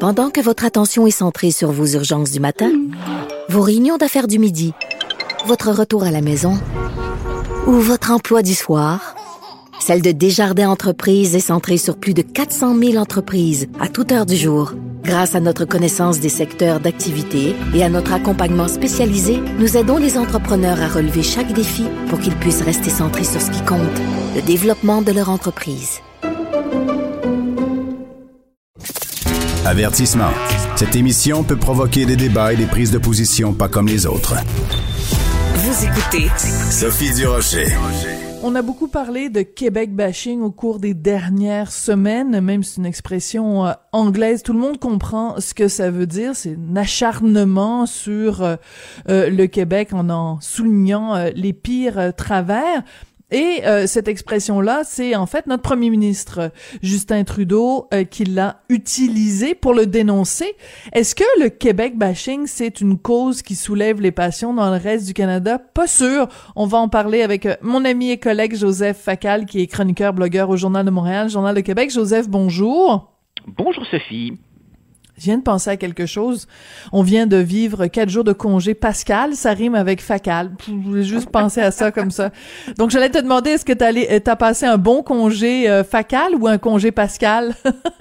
Pendant que votre attention est centrée sur vos urgences du matin, vos réunions d'affaires du midi, votre retour à la maison ou votre emploi du soir, celle de Desjardins Entreprises est centrée sur plus de 400 000 entreprises à toute heure du jour. Grâce à notre connaissance des secteurs d'activité et à notre accompagnement spécialisé, nous aidons les entrepreneurs à relever chaque défi pour qu'ils puissent rester centrés sur ce qui compte, le développement de leur entreprise. Avertissement. Cette émission peut provoquer des débats et des prises de position pas comme les autres. Vous écoutez Sophie Durocher. On a beaucoup parlé de Québec bashing au cours des dernières semaines, même si c'est une expression anglaise. Tout le monde comprend ce que ça veut dire. C'est un acharnement sur le Québec en soulignant les pires travers. Et cette expression-là, c'est en fait notre premier ministre, Justin Trudeau, qui l'a utilisée pour le dénoncer. Est-ce que le Québec bashing, c'est une cause qui soulève les passions dans le reste du Canada? Pas sûr. On va en parler avec mon ami et collègue Joseph Facal, qui est chroniqueur, blogueur au Journal de Montréal, Journal de Québec. Joseph, bonjour. Bonjour Sophie. Je viens de penser à quelque chose. On vient de vivre 4 jours de congé pascal. Ça rime avec facal. Je voulais juste penser à ça comme ça. Donc, j'allais te demander, est-ce que t'as passé un bon congé facal ou un congé pascal?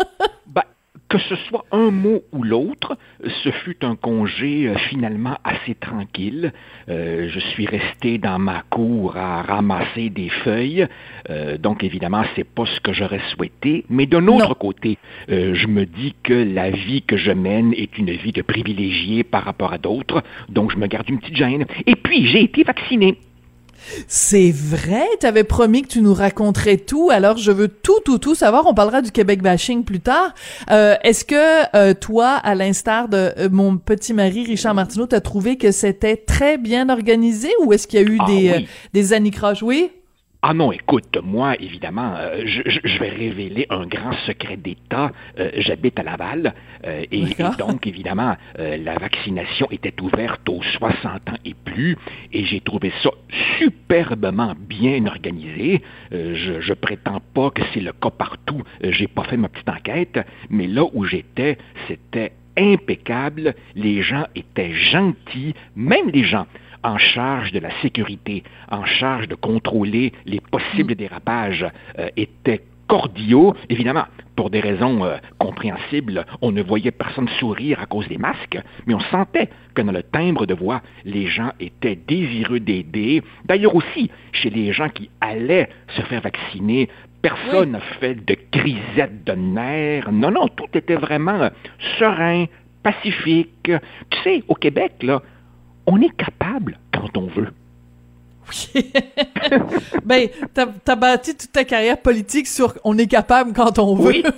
Que ce soit un mot ou l'autre, ce fut un congé finalement assez tranquille. Je suis resté dans ma cour à ramasser des feuilles. Donc évidemment, c'est pas ce que j'aurais souhaité. Mais d'un autre côté, je me dis que la vie que je mène est une vie de privilégié par rapport à d'autres. Donc je me garde une petite gêne. Et puis, j'ai été vacciné. C'est vrai, t'avais promis que tu nous raconterais tout, alors je veux tout savoir. On parlera du Québec bashing plus tard. Est-ce que toi, à l'instar de mon petit mari Richard Martineau, t'as trouvé que c'était très bien organisé ou est-ce qu'il y a eu des anicroches? Oui? Ah non, écoute, moi, évidemment, je vais révéler un grand secret d'État. J'habite à Laval et donc, évidemment, la vaccination était ouverte aux 60 ans et plus et j'ai trouvé ça superbement bien organisé. Je prétends pas que c'est le cas partout. J'ai pas fait ma petite enquête, mais là où j'étais, c'était impeccable. Les gens étaient gentils, même les gens en charge de la sécurité, en charge de contrôler les possibles dérapages, étaient cordiaux. Évidemment, pour des raisons compréhensibles, on ne voyait personne sourire à cause des masques, mais on sentait que dans le timbre de voix, les gens étaient désireux d'aider. D'ailleurs aussi, chez les gens qui allaient se faire vacciner, personne n'a fait de crisette de nerfs. Non, tout était vraiment serein, pacifique. Tu sais, au Québec, là, on est capable quand on veut. Oui. Ben, t'as bâti toute ta carrière politique sur on est capable quand on veut. Oui.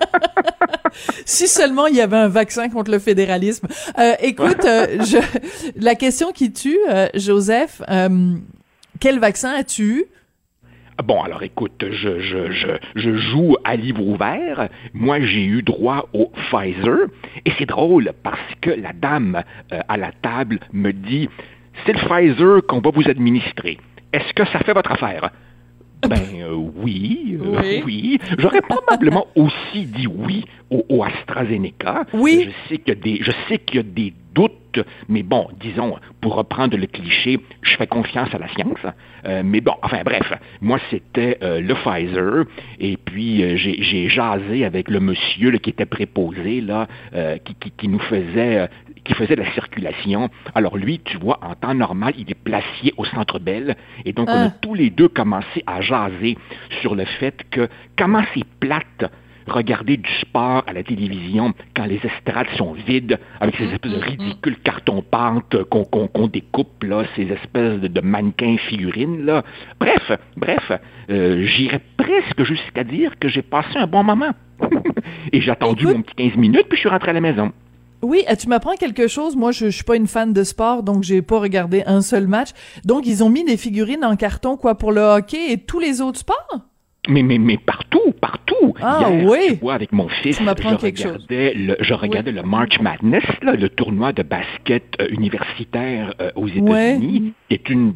Si seulement il y avait un vaccin contre le fédéralisme. Écoute, la question qui tue, Joseph, quel vaccin as-tu eu? Bon, alors écoute, je joue à livre ouvert. Moi, j'ai eu droit au Pfizer. Et c'est drôle parce que la dame à la table me dit « C'est le Pfizer qu'on va vous administrer. Est-ce que ça fait votre affaire? » Oui. J'aurais probablement aussi dit oui au AstraZeneca. Oui. Je sais qu'il y a des doutes, mais bon, disons, pour reprendre le cliché, je fais confiance à la science. Mais bon, enfin bref, moi c'était le Pfizer, et puis j'ai jasé avec le monsieur là, qui était préposé, là, qui nous faisait... qui faisait la circulation. Alors lui, tu vois, en temps normal, il est placé au Centre Bell, et donc on a tous les deux commencé à jaser sur le fait que comment c'est plate regarder du sport à la télévision quand les estrades sont vides, avec ces espèces de ridicules cartons-pâte qu'on découpe, là, ces espèces de mannequins figurines, là. Bref, j'irais presque jusqu'à dire que j'ai passé un bon moment. Et j'ai attendu mon petit 15 minutes, puis je suis rentré à la maison. Oui, tu m'apprends quelque chose. Moi, je suis pas une fan de sport, donc j'ai pas regardé un seul match. Donc, ils ont mis des figurines en carton, quoi, pour le hockey et tous les autres sports? Mais partout. Ah, Hier, oui. je vois avec mon fils, je regardais le March Madness, là, le tournoi de basket universitaire aux États-Unis, qui est une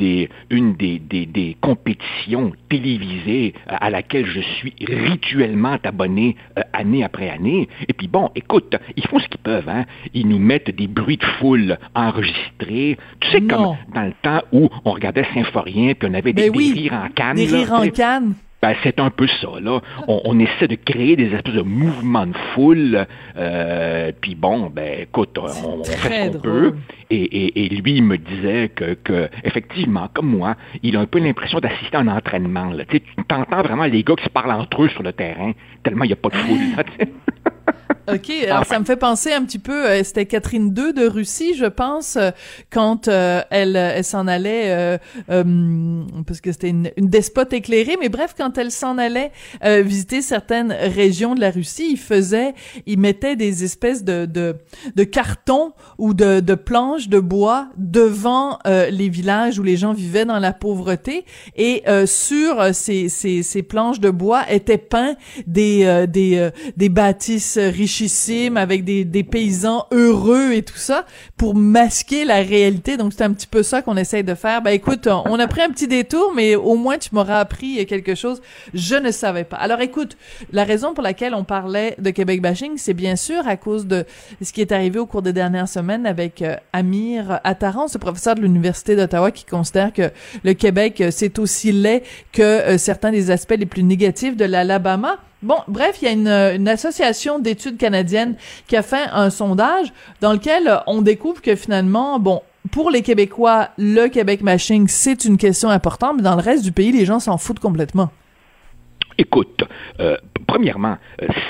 des compétitions télévisées à laquelle je suis rituellement abonné année après année. Et puis bon, écoute, ils font ce qu'ils peuvent, hein. Ils nous mettent des bruits de foule enregistrés. Tu sais, comme dans le temps où on regardait Symphorien, puis on avait des rires en canne. Des rires en canne. Ben, c'est un peu ça, là. On essaie de créer des espèces de mouvements de foule. Puis bon, ben, écoute, on fait ce qu'on peut. Et lui, il me disait que, effectivement, comme moi, il a un peu l'impression d'assister à un entraînement, là. Tu sais, tu t'entends vraiment les gars qui se parlent entre eux sur le terrain, tellement il n'y a pas de foule, là, tu sais. OK, alors ça me fait penser un petit peu, c'était Catherine II de Russie, je pense, quand elle s'en allait, parce que c'était une despote éclairée, mais bref, quand elle s'en allait visiter certaines régions de la Russie, il mettait des espèces de cartons ou de planches de bois devant les villages où les gens vivaient dans la pauvreté, et sur ces planches de bois étaient peints des bâtisses richissimes avec des paysans heureux et tout ça pour masquer la réalité. Donc c'est un petit peu ça qu'on essaye de faire. Ben écoute, on a pris un petit détour, mais au moins tu m'auras appris quelque chose je ne savais pas. Alors écoute, la raison pour laquelle on parlait de Québec bashing, c'est bien sûr à cause de ce qui est arrivé au cours des dernières semaines avec Amir Attaran, ce professeur de l'Université d'Ottawa qui considère que le Québec c'est aussi laid que certains des aspects les plus négatifs de l'Alabama. Bon, bref, il y a une association d'études canadiennes qui a fait un sondage dans lequel on découvre que finalement, bon, pour les Québécois, le Québec bashing, c'est une question importante, mais dans le reste du pays, les gens s'en foutent complètement. Écoute, premièrement,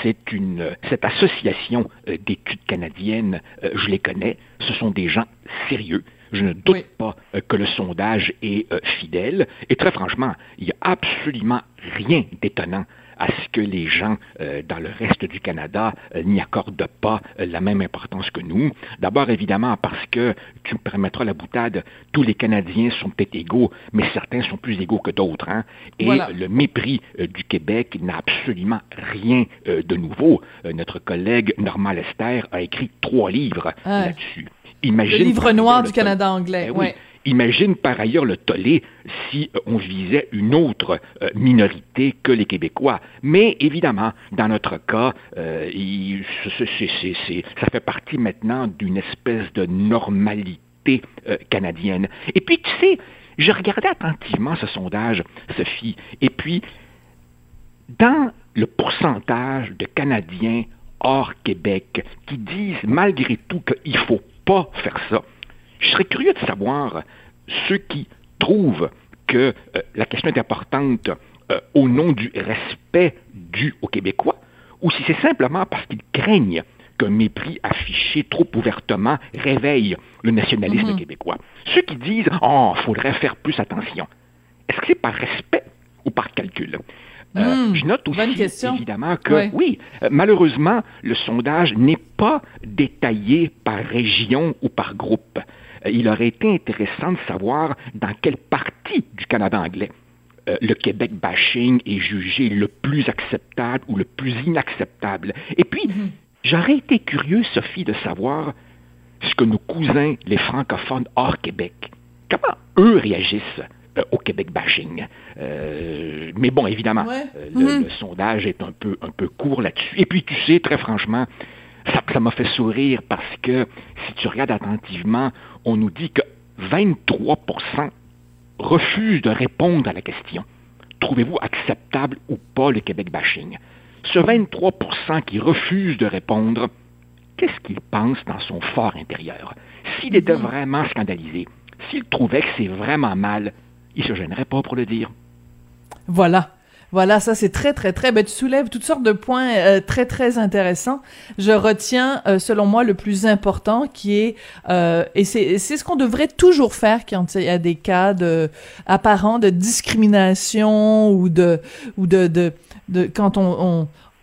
cette association d'études canadiennes, je les connais, ce sont des gens sérieux. Je ne doute pas que le sondage est fidèle. Et très franchement, il n'y a absolument rien d'étonnant à ce que les gens dans le reste du Canada n'y accordent pas la même importance que nous. D'abord, évidemment, parce que, tu me permettras la boutade, tous les Canadiens sont peut-être égaux, mais certains sont plus égaux que d'autres. Hein? Et le mépris du Québec n'a absolument rien de nouveau. Notre collègue Normand Lester a écrit 3 livres là-dessus. Imagine, le livre noir du Canada anglais, oui. Imagine par ailleurs le tollé si on visait une autre minorité que les Québécois. Mais évidemment, dans notre cas, ça fait partie maintenant d'une espèce de normalité canadienne. Et puis, tu sais, je regardais attentivement ce sondage, Sophie, et puis, dans le pourcentage de Canadiens hors Québec qui disent malgré tout qu'il ne faut pas faire ça, je serais curieux de savoir ceux qui trouvent que la question est importante au nom du respect dû aux Québécois, ou si c'est simplement parce qu'ils craignent qu'un mépris affiché trop ouvertement réveille le nationalisme québécois. Ceux qui disent « Oh, faudrait faire plus attention », est-ce que c'est par respect ou par calcul? Je note aussi, évidemment, que, malheureusement, le sondage n'est pas détaillé par région ou par groupe. Il aurait été intéressant de savoir dans quelle partie du Canada anglais le Québec bashing est jugé le plus acceptable ou le plus inacceptable. Et puis, j'aurais été curieux, Sophie, de savoir ce que nos cousins, les francophones hors Québec, comment eux réagissent au Québec bashing. Mais bon, évidemment, le sondage est un peu court là-dessus. Et puis, tu sais, très franchement, ça m'a fait sourire parce que si tu regardes attentivement, on nous dit que 23% refusent de répondre à la question. Trouvez-vous acceptable ou pas le Québec bashing? Ce 23% qui refuse de répondre, qu'est-ce qu'il pense dans son fort intérieur? S'il était vraiment scandalisé, s'il trouvait que c'est vraiment mal, il se gênerait pas pour le dire. Voilà, ça c'est très, très, très... Ben, tu soulèves toutes sortes de points très, très intéressants. Je retiens, selon moi, le plus important qui est... et c'est ce qu'on devrait toujours faire quand il y a des cas apparents de discrimination ou de quand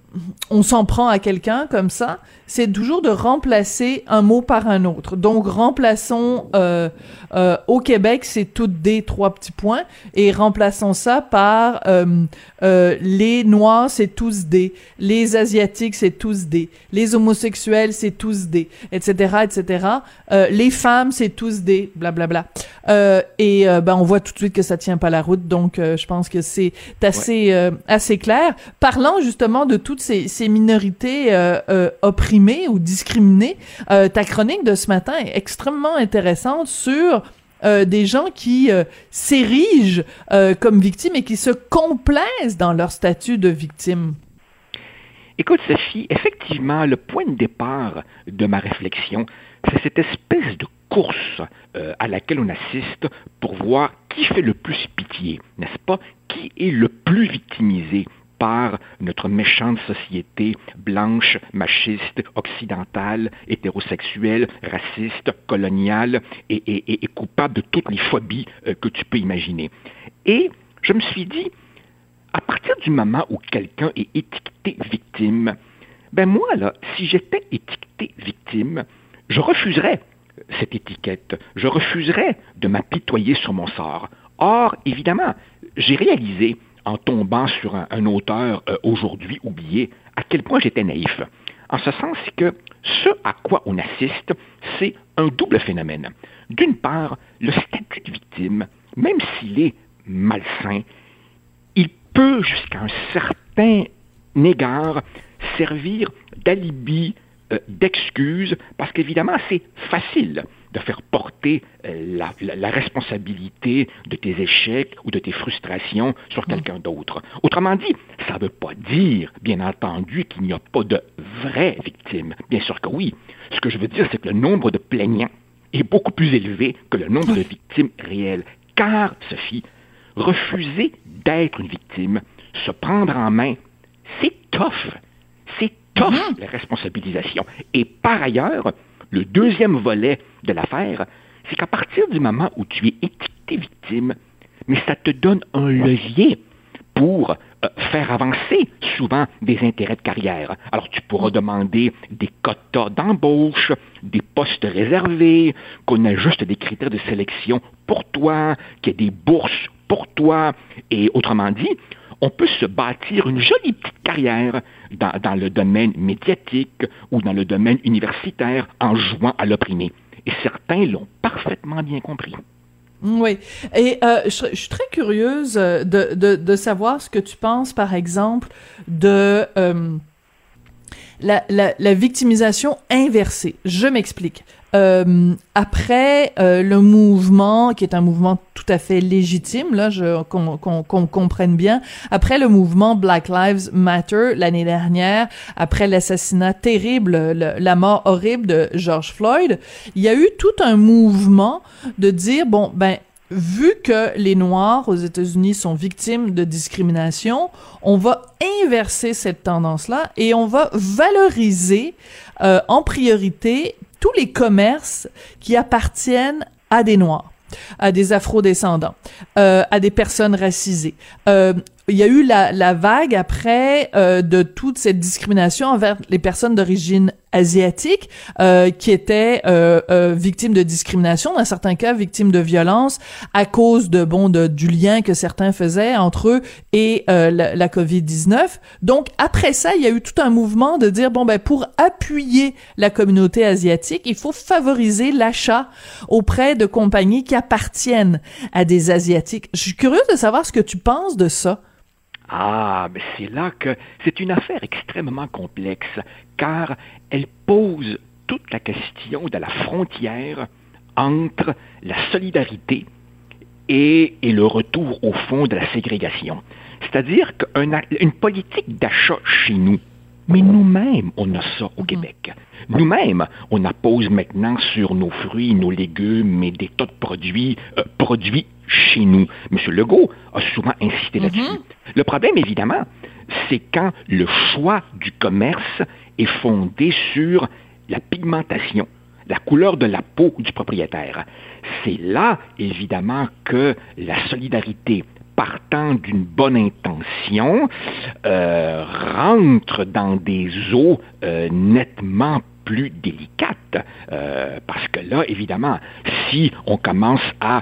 on s'en prend à quelqu'un comme ça, c'est toujours de remplacer un mot par un autre. Donc, remplaçons au Québec, c'est toutes des 3 petits points, et remplaçons ça par les Noirs, c'est tous des, les Asiatiques, c'est tous des, les homosexuels, c'est tous des, etc., etc. Les femmes, c'est tous des, blablabla. On voit tout de suite que ça tient pas la route, donc je pense que c'est assez clair. Parlant justement de toutes ces minorités opprimées ou discriminées, ta chronique de ce matin est extrêmement intéressante sur des gens qui s'érigent comme victimes et qui se complaisent dans leur statut de victime. Écoute, Sophie, effectivement, le point de départ de ma réflexion, c'est cette espèce de course à laquelle on assiste pour voir qui fait le plus pitié, n'est-ce pas? Qui est le plus victimisé par notre méchante société blanche, machiste, occidentale, hétérosexuelle, raciste, coloniale et coupable de toutes les phobies que tu peux imaginer. Et je me suis dit, à partir du moment où quelqu'un est étiqueté victime, ben moi, là, si j'étais étiqueté victime, je refuserais cette étiquette. Je refuserais de m'apitoyer sur mon sort. Or, évidemment, j'ai réalisé, en tombant sur un auteur aujourd'hui oublié, à quel point j'étais naïf. En ce sens que ce à quoi on assiste, c'est un double phénomène. D'une part, le statut de victime, même s'il est malsain, il peut, jusqu'à un certain égard, servir d'alibi, d'excuse, parce qu'évidemment, c'est facile de faire porter la responsabilité de tes échecs ou de tes frustrations sur quelqu'un d'autre. Autrement dit, ça ne veut pas dire, bien entendu, qu'il n'y a pas de vraies victimes. Bien sûr que oui. Ce que je veux dire, c'est que le nombre de plaignants est beaucoup plus élevé que le nombre de victimes réelles. Car, Sophie, refuser d'être une victime, se prendre en main, c'est tough. C'est tough, la responsabilisation. Et par ailleurs, le deuxième volet de l'affaire, c'est qu'à partir du moment où tu es étiqueté victime, mais ça te donne un levier pour faire avancer souvent des intérêts de carrière. Alors tu pourras demander des quotas d'embauche, des postes réservés, qu'on ajuste des critères de sélection pour toi, qu'il y ait des bourses pour toi, et autrement dit, on peut se bâtir une jolie petite carrière dans le domaine médiatique ou dans le domaine universitaire en jouant à l'opprimé. Et certains l'ont parfaitement bien compris. Oui. Et je suis très curieuse de savoir ce que tu penses, par exemple, de la victimisation inversée. Je m'explique. Après le mouvement, qui est un mouvement tout à fait légitime, là, qu'on comprenne bien, après le mouvement Black Lives Matter l'année dernière, après l'assassinat terrible, la mort horrible de George Floyd, il y a eu tout un mouvement de dire, bon, ben, vu que les Noirs aux États-Unis sont victimes de discrimination, on va inverser cette tendance-là et on va valoriser en priorité tous les commerces qui appartiennent à des Noirs, à des Afro-descendants, à des personnes racisées. Il y a eu la vague après de toute cette discrimination envers les personnes d'origine asiatique qui étaient victimes de discrimination, dans certains cas victimes de violence à cause du lien que certains faisaient entre eux et la COVID-19. Donc après ça, il y a eu tout un mouvement de dire pour appuyer la communauté asiatique, il faut favoriser l'achat auprès de compagnies qui appartiennent à des Asiatiques. Je suis curieuse de savoir ce que tu penses de ça. Ah, mais c'est là que c'est une affaire extrêmement complexe, car elle pose toute la question de la frontière entre la solidarité et le retour au fond de la ségrégation. C'est-à-dire qu'une politique d'achat chez nous, mais nous-mêmes, on a ça au Québec. Nous-mêmes, on appose maintenant sur nos fruits, nos légumes et des tas de produits chez nous. M. Legault a souvent insisté là-dessus. Le problème, évidemment, c'est quand le choix du commerce est fondé sur la pigmentation, la couleur de la peau du propriétaire. C'est là, évidemment, que la solidarité partant d'une bonne intention, rentre dans des eaux nettement plus délicate, parce que là, évidemment, si on commence à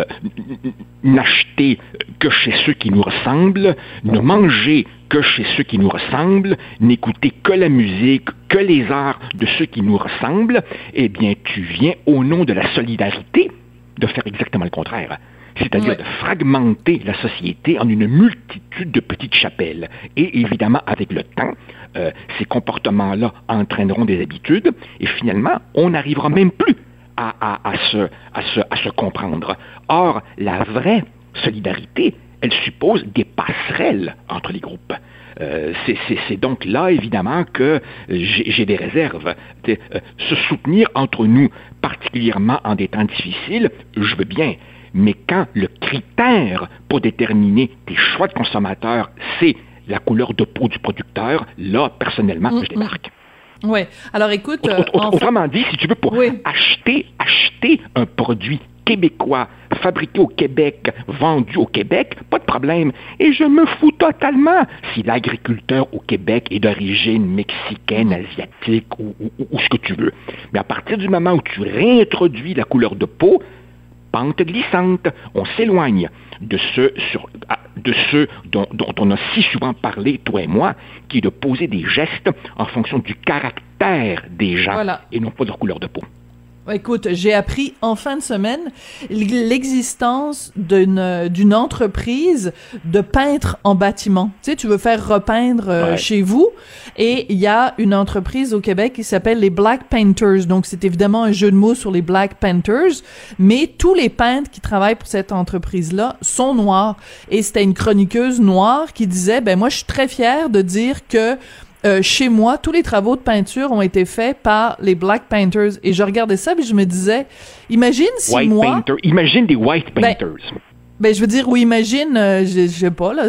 n'acheter que chez ceux qui nous ressemblent, ne manger que chez ceux qui nous ressemblent, n'écouter que la musique, que les arts de ceux qui nous ressemblent, eh bien, tu viens, au nom de la solidarité, de faire exactement le contraire. C'est-à-dire de fragmenter la société en une multitude de petites chapelles. Et évidemment, avec le temps, ces comportements-là entraîneront des habitudes, et finalement, on n'arrivera même plus à se comprendre. Or, la vraie solidarité, elle suppose des passerelles entre les groupes. C'est donc là, évidemment, que j'ai des réserves. Se soutenir entre nous, particulièrement en des temps difficiles, je veux bien. Mais quand le critère pour déterminer tes choix de consommateur, c'est la couleur de peau du producteur, là, personnellement, je débarque. Oui. Alors, écoute... Autrement dit, si tu veux, pour acheter un produit québécois, fabriqué au Québec, vendu au Québec, pas de problème. Et je me fous totalement si l'agriculteur au Québec est d'origine mexicaine, asiatique ou ce que tu veux. Mais à partir du moment où tu réintroduis la couleur de peau, pente glissante, on s'éloigne de ce dont on a si souvent parlé, toi et moi, qui est de poser des gestes en fonction du caractère des gens et non pas de leur couleur de peau. Écoute, j'ai appris en fin de semaine l'existence d'une entreprise de peintres en bâtiment. Tu sais, tu veux faire repeindre chez vous, et il y a une entreprise au Québec qui s'appelle les Black Painters. Donc, c'est évidemment un jeu de mots sur les Black Panthers, mais tous les peintres qui travaillent pour cette entreprise-là sont noirs. Et c'était une chroniqueuse noire qui disait, ben moi, je suis très fière de dire que chez moi, tous les travaux de peinture ont été faits par les Black Painters. Et je regardais ça, puis je me disais, imagine si imagine des White Painters. Ben, je veux dire, oui, imagine, je sais pas, là,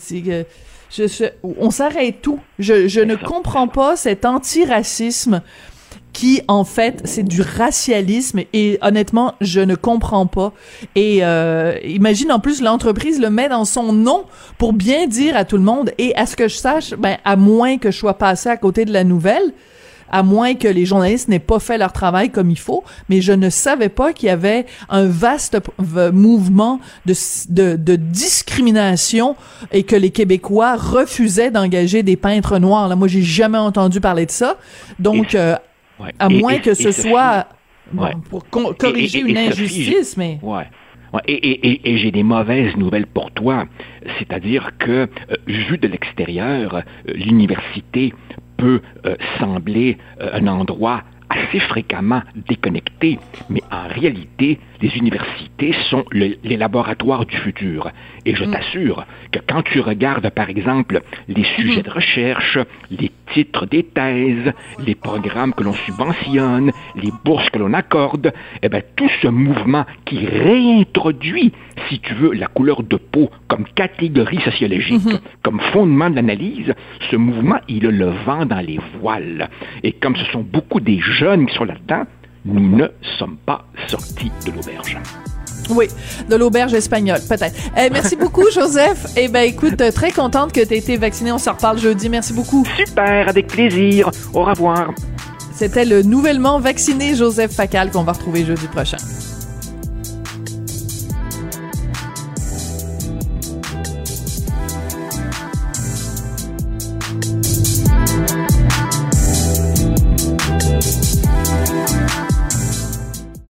on s'arrête tout. Je ne comprends pas cet antiracisme qui, en fait, c'est du racialisme, et honnêtement, je ne comprends pas. Et imagine, en plus, l'entreprise le met dans son nom pour bien dire à tout le monde, et à ce que je sache, ben, à moins que je sois passé à côté de la nouvelle, à moins que les journalistes n'aient pas fait leur travail comme il faut, mais je ne savais pas qu'il y avait un vaste mouvement de discrimination et que les Québécois refusaient d'engager des peintres noirs. Là, moi, j'ai jamais entendu parler de ça. Donc, à moins que ce soit pour corriger une injustice, mais... Et j'ai des mauvaises nouvelles pour toi. C'est-à-dire que, vu de l'extérieur, l'université peut sembler un endroit assez fréquemment déconnectés, mais en réalité, les universités sont les laboratoires du futur. Et je t'assure que quand tu regardes, par exemple, les sujets de recherche, les titres des thèses, les programmes que l'on subventionne, les bourses que l'on accorde, eh bien, tout ce mouvement qui réintroduit, si tu veux, la couleur de peau comme catégorie sociologique, comme fondement de l'analyse, ce mouvement, il a le vent dans les voiles. Et comme ce sont beaucoup des jeunes qui sont là-dedans, nous ne sommes pas sortis de l'auberge. Oui, de l'auberge espagnole, peut-être. Merci beaucoup, Joseph. Eh ben, écoute, très contente que tu aies été vacciné. On se reparle jeudi. Merci beaucoup. Super, avec plaisir. Au revoir. C'était le nouvellement vacciné Joseph Facal qu'on va retrouver jeudi prochain.